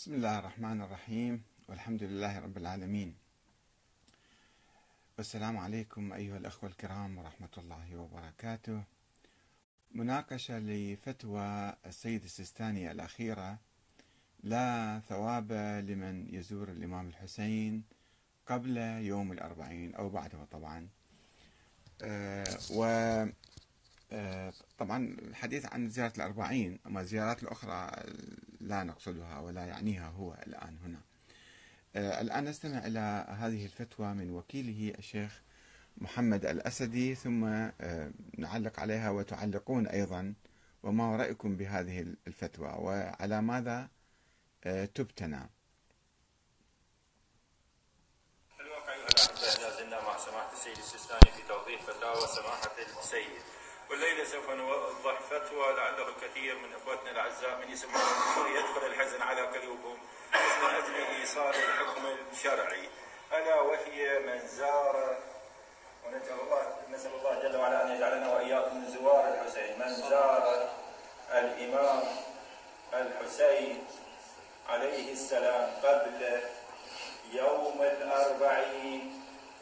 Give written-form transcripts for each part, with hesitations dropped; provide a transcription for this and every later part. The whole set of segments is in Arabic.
بسم الله الرحمن الرحيم، والحمد لله رب العالمين، والسلام عليكم أيها الأخوة الكرام ورحمة الله وبركاته. مناقشة لفتوى السيد السيستاني الأخيرة: لا ثواب لمن يزور الإمام الحسين قبل يوم الأربعين أو بعده طبعا. طبعا الحديث عن زيارة الأربعين، أما الزيارات الأخرى لا نقصدها ولا يعنيها هو الآن هنا. الآن نستمع إلى هذه الفتوى من وكيله الشيخ محمد الأسدي، ثم نعلق عليها وتعلقون أيضا، وما رأيكم بهذه الفتوى وعلى ماذا تبتنى. الواقع أيها الأحبة، لا زلنا مع سماحة السيد السيستاني في توضيح فتاوى سماحة السيد، والليلة سوف نوضح فتوى لعله الكثير من إخوتنا الأعزاء من يسمعون يدخل الحزن على قلوبهم من أجل إيصال الحكم الشرعي، ألا وهي من زار، نسأل الله جل وعلا أن يجعلنا وإياكم من زوار الحسين، من زار الإمام الحسين عليه السلام قبل يوم الأربعين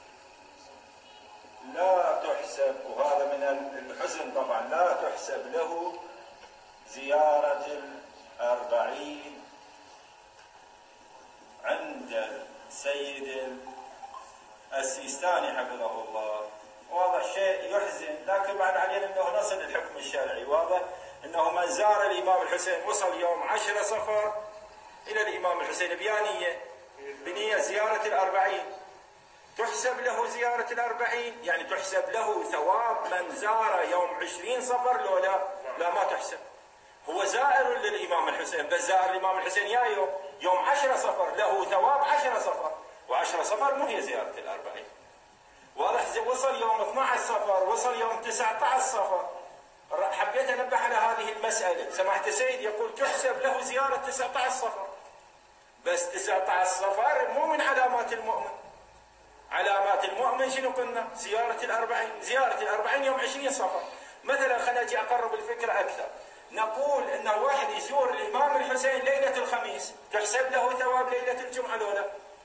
لا تحسب، وهذا من الحزن طبعا، لا تحسب له زيارة الأربعين عند السيد السيستاني حفظه الله. واضح شيء يحزن، لكن بعد علينا انه نصل للحكم الشرعي. واضح انه من زار الامام الحسين وصل يوم 10 صفر الى الامام الحسين بنية زيارة الأربعين، تحسب له زيارة الأربعين، يعني تحسب له ثواب من زار يوم 20 صفر لو لا ما تحسب. هو زائر للإمام الحسين، بس زائر الإمام الحسين يا يوم 10 صفر، له ثواب 10 صفر، و10 صفر مو هي زيارة الأربعين. واضح؟ وصل يوم 12 صفر، وصل يوم 19 صفر. حبيت أنبه على هذه المسألة. سماحة السيد يقول تحسب له زيارة 19 صفر، بس 19 صفر مو من علامات المؤمن. علامات المؤمن شنو قلنا؟ زيارة الأربعين. زيارة الأربعين يوم 20 صفر. مثلا خلينا نجي أقرب الفكرة أكثر، نقول أن واحد يزور الإمام الحسين ليلة الخميس، تحسب له ثواب ليلة الجمعة لولا؟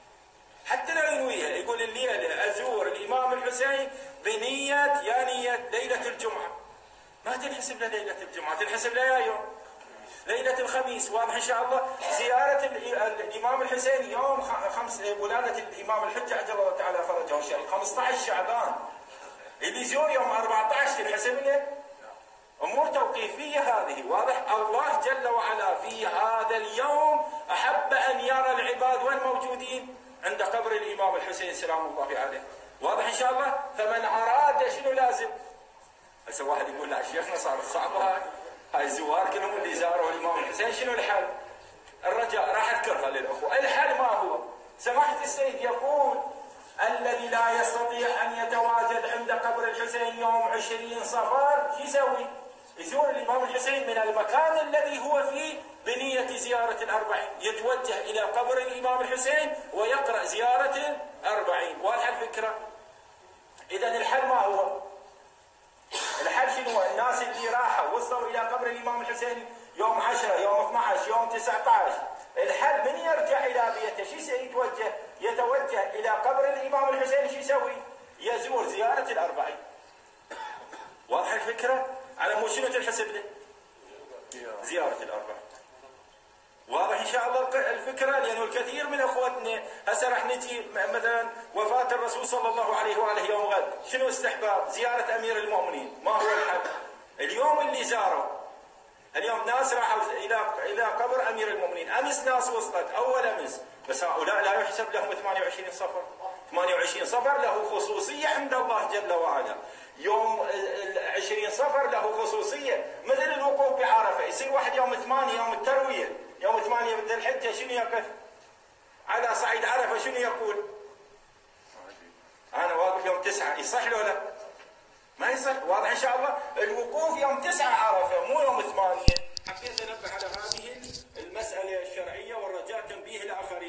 حتى لا ينويها، يقول الليلة أزور الإمام الحسين بنية نية ليلة الجمعة، ما تنحسب له ليلة الجمعة، تنحسب له يا يوم ليلة الخميس. واضح إن شاء الله؟ زيارة الإمام الحسين يوم ولادة الإمام الحجة عجل الله تعالى فرجه الشريف 15 شعبان، اللي يزور يوم 14 تنحسب له؟ أمور توقيفية هذه. واضح؟ الله جل وعلا في هذا اليوم أحب أن يرى العباد وين موجودين؟ عند قبر الإمام الحسين سلام الله عليه. واضح إن شاء الله؟ فمن أراد شنو لازم؟ هسه واحد يقول لا شيخنا صار صعبة هاي الزوار كلهم اللي زاروا الإمام الحسين، شنو الحل؟ الرجاء راح أذكرها للأخوة. الحل ما هو؟ سماحة السيد يقول الذي لا يستطيع أن يتواجد عند قبر الحسين يوم 20 صفر شو يسوي؟ يزور الإمام الحسين من المكان الذي هو فيه بنية زيارة الأربعين، يتوجه إلى قبر الإمام الحسين ويقرأ زيارة الأربعين. واضح الفكرة؟ إذن الحل ما هو؟ الحل شنو؟ الناس اللي راحوا وصلوا إلى قبر الإمام الحسين يوم 10 يوم 12 يوم 19، الحل من يرجع إلى بيته شو يتوجه؟ يتوجه إلى قبر الإمام الحسين، شو يسوي؟ يزور زيارة الأربعين. واضح الفكرة؟ على مو شنو تنحسب له؟ زيارة الأربعين. واضح إن شاء الله الفكرة؟ لأنه الكثير من أخوتنا هسه راح نجي مثلا وفاة الرسول صلى الله عليه وآله يوم غد، شنو استحباب؟ زيارة أمير المؤمنين. ما هو الحل؟ اليوم اللي زاروا، اليوم ناس راحوا إلى قبر أمير المؤمنين، أمس ناس وصلت أول أمس، بس هؤلاء لا يحسب لهم 28 صفر. 28 صفر له خصوصية عند الله جل وعلا. يوم 20 صفر له خصوصية، مثل الوقوف بعرفة، يصير واحد يوم 8 يوم التروية، يوم 8 من ذي الحجة شنو يقف؟ على صعيد عرفة شنو يقول؟ أنا واقف يوم 9، يصح لو لا؟ ما يصح. واضح إن شاء الله؟ الوقوف يوم 9 عرفة مو يوم 8. حبيت أنبه على هذه المسألة الشرعية والرجاء تنبيه الآخرين.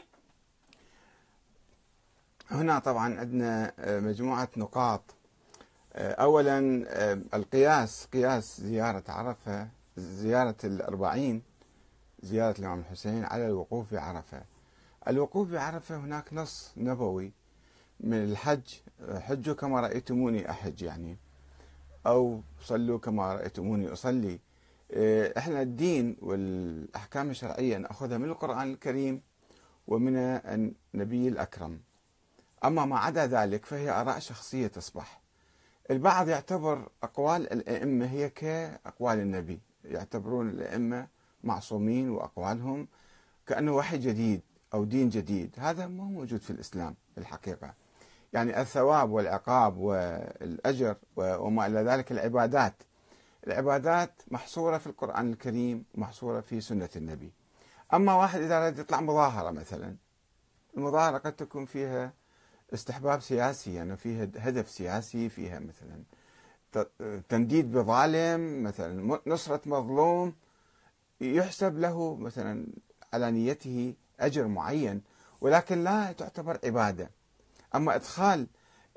هنا طبعا عندنا مجموعة نقاط. أولا القياس، قياس زيارة عرفة، زيارة الأربعين زيارة الإمام الحسين على الوقوف بعرفة. الوقوف بعرفة هناك نص نبوي من الحج: حجوا كما رأيتموني أحج، يعني أو صلوا كما رأيتموني أصلي. احنا الدين والأحكام الشرعية نأخذها من القرآن الكريم ومن النبي الأكرم، أما ما عدا ذلك فهي آراء شخصية تصبح. البعض يعتبر أقوال الأئمة هي كأقوال النبي، يعتبرون الأئمة معصومين وأقوالهم كأنه وحي جديد أو دين جديد. هذا ما موجود في الإسلام في الحقيقة. يعني الثواب والعقاب والأجر وما إلى ذلك العبادات محصورة في القرآن الكريم ومحصورة في سنة النبي. أما واحد إذا أراد يطلع مظاهرة مثلا، المظاهرة قد تكون فيها استحباب سياسي، يعني فيها هدف سياسي، فيها مثلا تنديد بظالم، مثلا نصرة مظلوم، يحسب له مثلا على نيته أجر معين، ولكن لا تعتبر عبادة. أما إدخال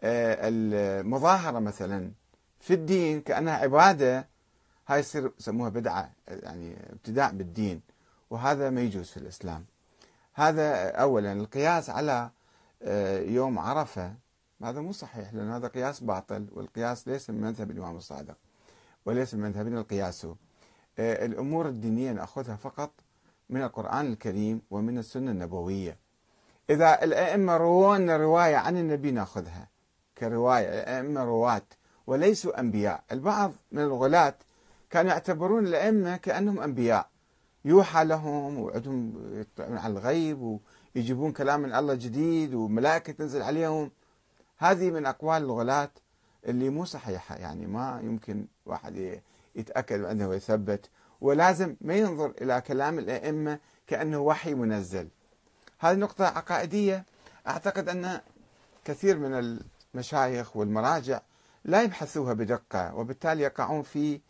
المظاهرة مثلا في الدين كأنها عبادة، هاي يصير يسموها بدعة، يعني ابتداع بالدين، وهذا ما يجوز في الإسلام. هذا أولا. القياس على يوم عرفة هذا مو صحيح، لأن هذا قياس باطل، والقياس ليس من مذهب الإمام الصادق وليس من مذهبنا القياس. الأمور الدينية نأخذها فقط من القرآن الكريم ومن السنة النبوية. إذا الأئمة روون رواية عن النبي نأخذها كرواية، الأئمة رواة وليسوا أنبياء. البعض من الغلاة كانوا يعتبرون الأئمة كأنهم أنبياء، يوحى لهم وعندهم يطلعون على الغيب ويجيبون كلام من الله جديد وملائكة تنزل عليهم. هذه من أقوال الغلاة اللي مو صحيحة، يعني ما يمكن واحد يتأكد عنه ويثبت، ولازم ما ينظر إلى كلام الأئمة كأنه وحي منزل. هذه نقطة عقائدية أعتقد أن كثير من المشايخ والمراجع لا يبحثوها بدقة، وبالتالي يقعون في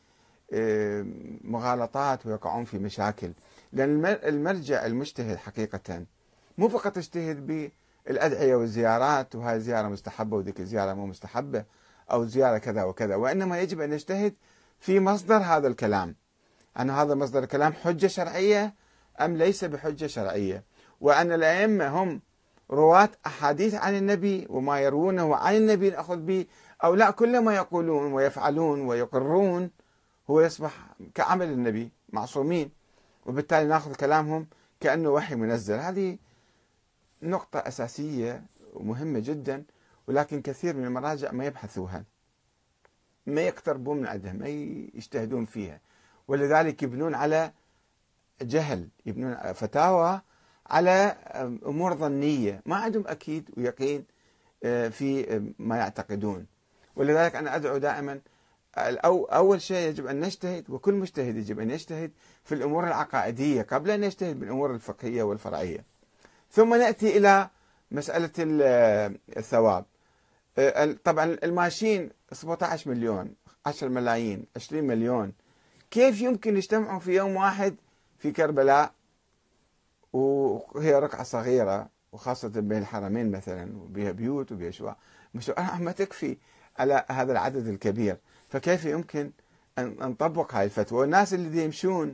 مغالطات ويقعون في مشاكل. لأن المرجع المجتهد حقيقة مو فقط يجتهد بالأدعية والزيارات، وهذه الزيارة مستحبة وذيك الزيارة مو مستحبة، أو زيارة كذا وكذا، وإنما يجب أن يجتهد في مصدر هذا الكلام، أن هذا مصدر الكلام حجة شرعية أم ليس بحجة شرعية، وأن الأئمة هم رواة أحاديث عن النبي وما يروونه عن النبي نأخذ به، أو لا كل ما يقولون ويفعلون ويقرون هو يصبح كعمل النبي، معصومين، وبالتالي نأخذ كلامهم كأنه وحي منزل. هذه نقطة أساسية ومهمة جدا، ولكن كثير من المراجع ما يبحثوها، ما يقتربون من عندها، ما يجتهدون فيها، ولذلك يبنون على جهل، يبنون فتاوى على أمور ظنية، ما عندهم أكيد ويقين في ما يعتقدون. ولذلك أنا أدعو دائما أول شيء يجب أن نجتهد، وكل مجتهد يجب أن يجتهد في الأمور العقائدية قبل أن يجتهد بالأمور الفقهية والفرعية. ثم نأتي إلى مسألة الثواب. طبعا الماشين 17 مليون، 10 ملايين، 20 مليون، كيف يمكن يجتمعوا في يوم واحد في كربلاء، وهي رقعة صغيرة وخاصة بين الحرمين مثلا، وبها بيوت وبها شواء ما تكفي على هذا العدد الكبير، فكيف يمكن أن نطبق هاي الفتوى؟ والناس اللي يمشون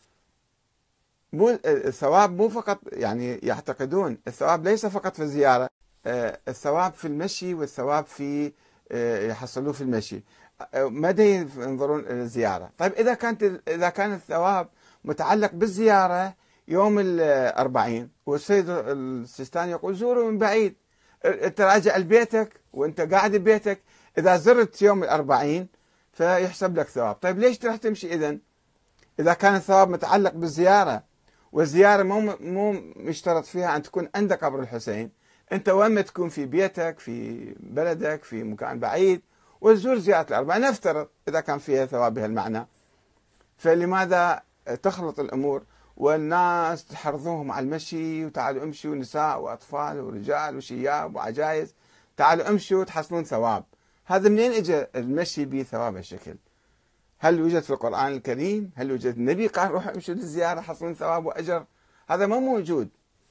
الثواب مو فقط، يعني يعتقدون الثواب ليس فقط في الزيارة، الثواب في المشي والثواب في يحصلوه في المشي، مدى ينظرون إلى الزيارة. طيب إذا كان الثواب متعلق بالزيارة يوم 40، والسيد السيستاني يقول زوروا من بعيد، أنت راجع لبيتك وأنت قاعد ببيتك، إذا زرت يوم 40 فيحسب لك ثواب. طيب ليش تروح تمشي إذا كان الثواب متعلق بالزيارة، والزيارة مو مشترط فيها أن تكون عند قبر الحسين، أنت وين ما تكون في بيتك، في بلدك، في مكان بعيد، وتزور زيارة 40، نفترض إذا كان فيها ثواب بهالمعنى، فلماذا تخلط الأمور والناس تحرضوهم على المشي، وتعالوا امشوا نساء وأطفال ورجال وشياب وعجائز، تعالوا امشوا تحصلون ثواب؟ هذا منين اجى المشي بثواب هالشكل؟ هل يوجد في القرآن الكريم؟ هل يوجد النبي قال روحوا امشوا للزيارة حصلون ثواب وأجر؟ هذا ما موجود.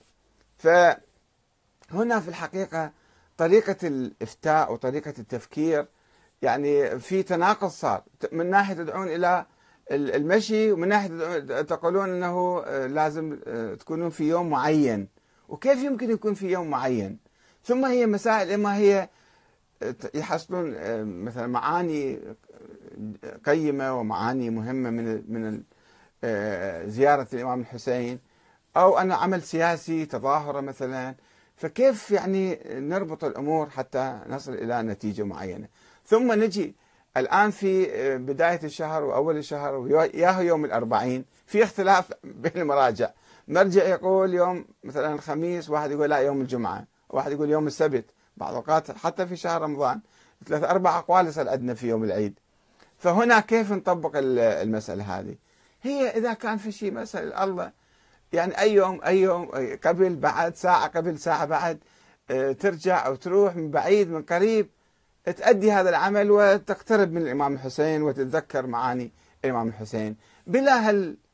فهنا في الحقيقة طريقة الإفتاء وطريقة التفكير يعني في تناقض صار. من ناحية تدعون إلى المشي، ومن ناحية تقولون أنه لازم تكونون في يوم معين. وكيف يمكن يكون في يوم معين؟ ثم هي مسائل إما هي يحصلون مثلا معاني قيمة ومعاني مهمة من زيارة الإمام الحسين، أو أنه عمل سياسي تظاهرة مثلا. فكيف يعني نربط الأمور حتى نصل إلى نتيجة معينة؟ ثم نجي الآن في بداية الشهر وأول الشهر وياه يوم الأربعين، في اختلاف بين المراجع. مرجع يقول يوم مثلا الخميس، واحد يقول لا يوم الجمعة، واحد يقول يوم السبت، بعض الأوقات حتى في شهر رمضان 3-4 أقوال يصل عندنا في يوم العيد. فهنا كيف نطبق المسألة هذه؟ هي إذا كان في شيء مسألة الله، يعني أي يوم قبل بعد، ساعة قبل ساعة بعد، ترجع أو تروح من بعيد من قريب، تأدي هذا العمل وتقترب من الإمام الحسين وتتذكر معاني الإمام الحسين، بلا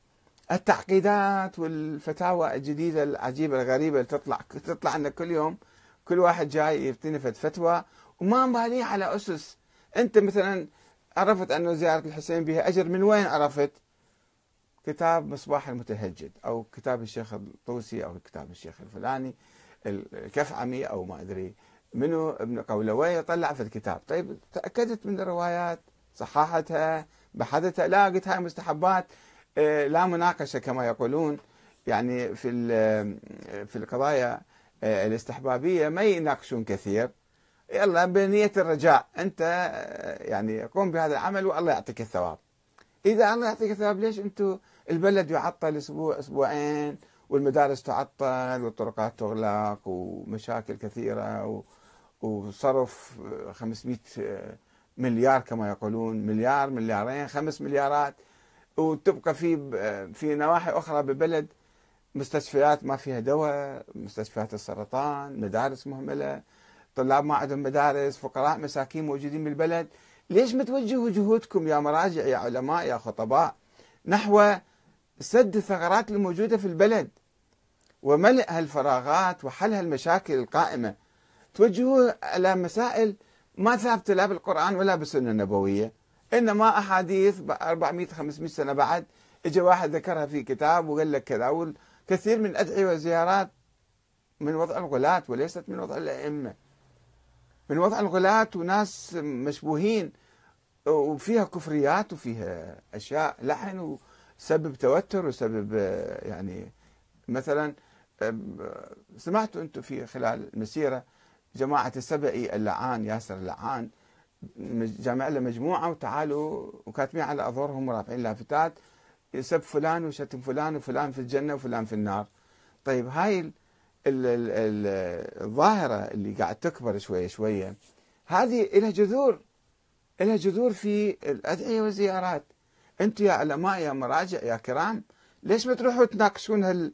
التعقيدات والفتاوى الجديدة العجيبة الغريبة اللي تطلع لنا كل يوم. كل واحد جاي يفتني فتوى وما مباليه على أسس. أنت مثلا عرفت أنه زيارة الحسين بها أجر، من وين عرفت؟ كتاب مصباح المتهجد، أو كتاب الشيخ الطوسي، أو كتاب الشيخ الفلاني الكفعمي، أو ما أدري منو ابن قولوي طلع في الكتاب. طيب تأكدت من الروايات، صححتها، بحثتها؟ لا، قلت هاي مستحبات لا مناقشة كما يقولون. يعني في القضايا الاستحبابية ما يناقشون كثير، يلا بنية الرجاء أنت يعني قوم بهذا العمل والله يعطيك الثواب. إذا الله يعطيك الثواب، ليش أنتم البلد يعطل أسبوع أسبوعين، والمدارس تعطل والطرقات تغلق ومشاكل كثيرة وصرف 500 مليار كما يقولون، مليار، مليارين، 5 مليارات، وتبقى في نواحي أخرى ببلد مستشفيات ما فيها دواء، مستشفيات السرطان، مدارس مهملة، طلاب ما عندهم مدارس، فقراء مساكين موجودين بالبلد. ليش ما توجهوا جهودكم يا مراجع، يا علماء، يا خطباء، نحو سد الثغرات الموجودة في البلد وملء هالفراغات وحل هالمشاكل القائمة؟ توجهوا على مسائل ما ثابتة لا بالقرآن ولا بالسنة النبوية، إنما أحاديث 400-500 سنة بعد إجا واحد ذكرها في كتاب وقال لك كذا. والكثير من الأدعية والزيارات من وضع الغلاة وليست من وضع الأئمة، من وضع الغلاة وناس مشبوهين، وفيها كفريات وفيها أشياء لحن وسبب توتر وسبب يعني مثلا سمعت أنتم في خلال المسيرة جماعة السبئي اللعان، ياسر اللعان، جامع له مجموعة وتعالوا وكاتبين على أظهرهم ورافعين لافتات يسب فلان وشتم فلان، وفلان في الجنة وفلان في النار. طيب هاي الظاهرة اللي قاعد تكبر شوية شوية، هذه لها جذور، لها جذور في الأدعية والزيارات. أنتم يا علماء، يا مراجع، يا كرام، ليش ما تروحوا تناقشون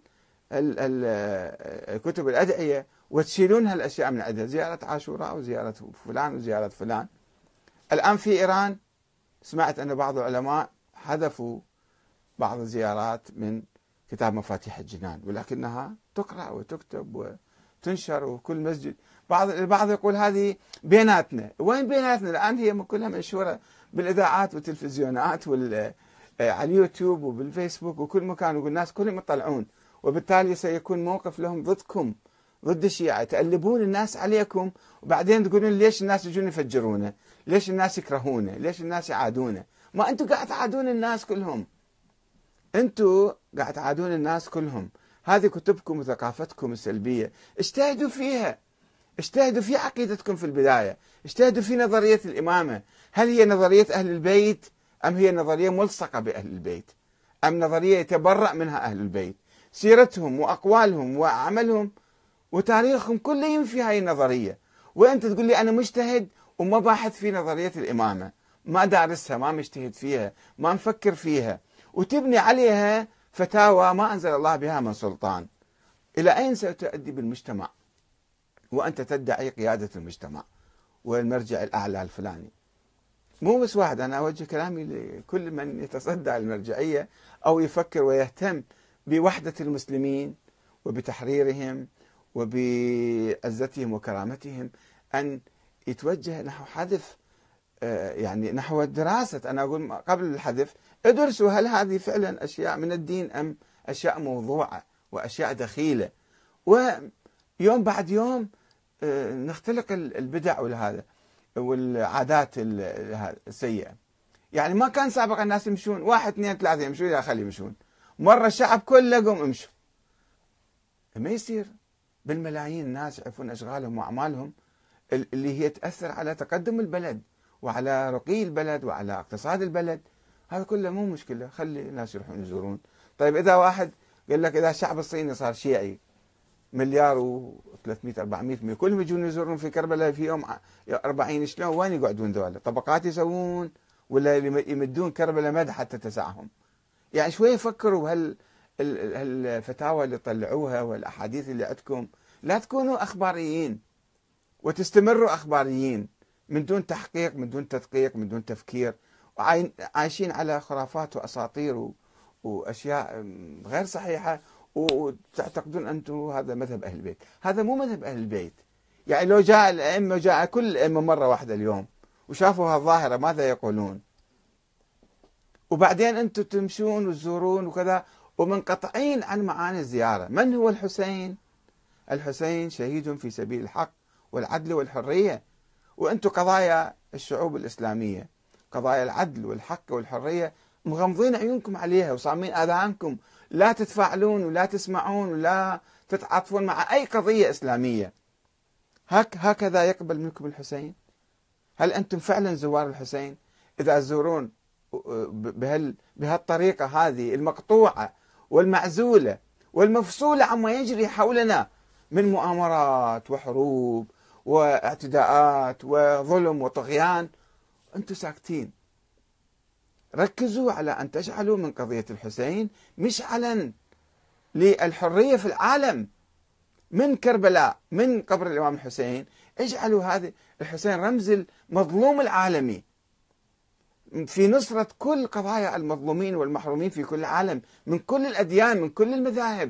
كتب الأدعية وتشيلون هالأشياء من عندها؟ زيارة عاشوراء وزيارة فلان وزيارة فلان. الآن في إيران سمعت أن بعض العلماء حذفوا بعض الزيارات من كتاب مفاتيح الجنان، ولكنها تقرأ وتكتب وتنشر وكل مسجد. البعض يقول هذه بيناتنا. وين بيناتنا؟ الآن هي كلها منشورة بالإذاعات والتلفزيونات على اليوتيوب وبالفيسبوك وكل مكان، والناس كلهم يطلعون، وبالتالي سيكون موقف لهم ضدكم، ضد الشيعة، تقلبون الناس عليكم، وبعدين تقولون ليش الناس يجون يفجرونه، ليش الناس يكرهونه، ليش الناس يعادونه. ما أنتم قاعد تعادون الناس كلهم، أنتم قاعد تعادون الناس كلهم. هذه كتبكم وثقافتكم السلبية، اجتهدوا فيها، اجتهدوا في عقيدتكم في البداية، اجتهدوا في نظرية الإمامة. هل هي نظرية أهل البيت، أم هي نظرية ملصقة بأهل البيت، أم نظرية يتبرأ منها أهل البيت؟ سيرتهم وأقوالهم وعملهم وتاريخهم كله ينفي هاي النظرية. وأنت تقول لي أنا مجتهد وما باحث في نظرية الإمامة، ما دارسها، ما مجتهد فيها، ما مفكر فيها، وتبني عليها فتاوى ما أنزل الله بها من سلطان. إلى أين ستؤدي بالمجتمع وأنت تدعي قيادة المجتمع والمرجع الأعلى الفلاني؟ مو بس واحد، أنا أوجه كلامي لكل من يتصدى المرجعية أو يفكر ويهتم بوحدة المسلمين وبتحريرهم وبعزتهم وكرامتهم، أن يتوجه نحو حذف يعني نحو دراسة، أنا أقول قبل الحذف ادرسوا هل هذه فعلا أشياء من الدين أم أشياء موضوعة وأشياء دخيلة. ويوم بعد يوم نختلق البدع والهذا والعادات السيئة. يعني ما كان سابقا الناس يمشون 1 2 3 يمشون، يا خلي يمشون، مرة الشعب كله قوم امشوا. ما يصير بالملايين الناس يعرفون أشغالهم وأعمالهم اللي هي تأثر على تقدم البلد وعلى رقي البلد وعلى اقتصاد البلد. هذا كله مو مشكلة، خلي الناس يروحون يزورون. طيب إذا واحد قال لك إذا الشعب الصيني صار شيعي 1,300,400,000 كلهم يجون يزورون في كربلاء في يوم 40، شلون وين يقعدون ذولا؟ طبقات يسوون ولا يمدون كربلاء مد حتى تسعهم؟ يعني شوي يفكروا هالفتاوى اللي طلعوها والأحاديث اللي عندكم. لا تكونوا أخباريين وتستمروا أخباريين من دون تحقيق، من دون تدقيق، من دون تفكير، عايشين على خرافات وأساطير وأشياء غير صحيحة، وتعتقدون أنتم هذا مذهب أهل البيت. هذا مو مذهب أهل البيت. يعني لو جاء الأئمة، جاء كل الأئمة مرة واحدة اليوم وشافوا هالظاهرة ماذا يقولون؟ وبعدين أنتم تمشون وتزورون وكذا ومنقطعين عن معاني الزيارة. من هو الحسين؟ الحسين شهيد في سبيل الحق والعدل والحرية. وأنتم قضايا الشعوب الإسلامية، قضايا العدل والحق والحرية، مغمضين عيونكم عليها وصامين آذانكم، لا تتفاعلون ولا تسمعون ولا تتعاطفون مع أي قضية إسلامية. هكذا يقبل منكم الحسين؟ هل أنتم فعلا زوار الحسين؟ إذا تزورون بهالطريقة هذه المقطوعة والمعزولة والمفصولة عما يجري حولنا من مؤامرات وحروب واعتداءات وظلم وطغيان، أنتم ساكتين. ركزوا على أن تجعلوا من قضية الحسين مشعلا للحرية في العالم. من كربلاء، من قبر الإمام الحسين، اجعلوا هذا الحسين رمز المظلوم العالمي في نصرة كل قضايا المظلومين والمحرومين في كل العالم من كل الأديان من كل المذاهب.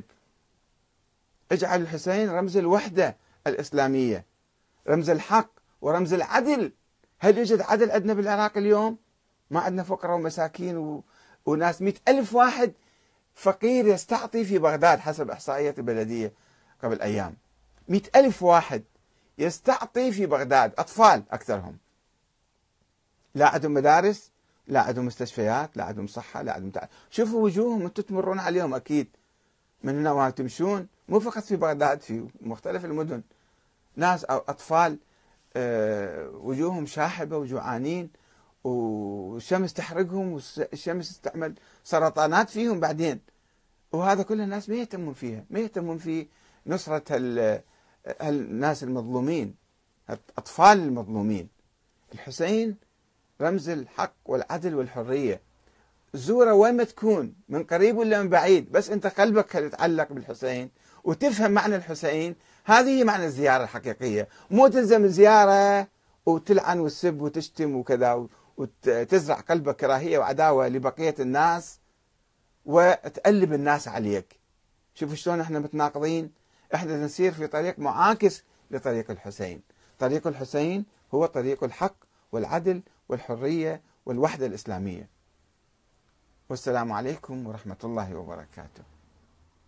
اجعل الحسين رمز الوحدة الإسلامية، رمز الحق ورمز العدل. هل يوجد عدل عندنا بالعراق اليوم؟ ما عندنا فقراء ومساكين وناس 100,000 واحد فقير يستعطي في بغداد حسب إحصائيات البلدية قبل أيام. 100,000 واحد يستعطي في بغداد، أطفال أكثرهم، لا عندهم مدارس، لا عندهم مستشفيات، لا عندهم صحة، لا عندهم شوفوا وجوههم، أنتم تمرون عليهم أكيد من هنا وين تمشون، مو فقط في بغداد، في مختلف المدن، ناس أو أطفال وجوههم شاحبة وجوعانين والشمس تحرقهم والشمس تعمل سرطانات فيهم بعدين. وهذا كل الناس ما يهتمون فيها، ما يهتمون في نصرة الناس المظلومين، الأطفال المظلومين. الحسين رمز الحق والعدل والحرية. زوره وين ما تكون، من قريب ولا من بعيد، بس أنت قلبك يتعلق بالحسين وتفهم معنى الحسين. هذه معنى الزيارة الحقيقية. مو تلزم زيارة وتلعن وتسب وتشتم وكذا وتزرع قلبك كراهية وعداوة لبقية الناس وتقلب الناس عليك. شوفوا شلون احنا متناقضين. احنا نسير في طريق معاكس لطريق الحسين. طريق الحسين هو طريق الحق والعدل والحرية والوحدة الإسلامية. والسلام عليكم ورحمة الله وبركاته.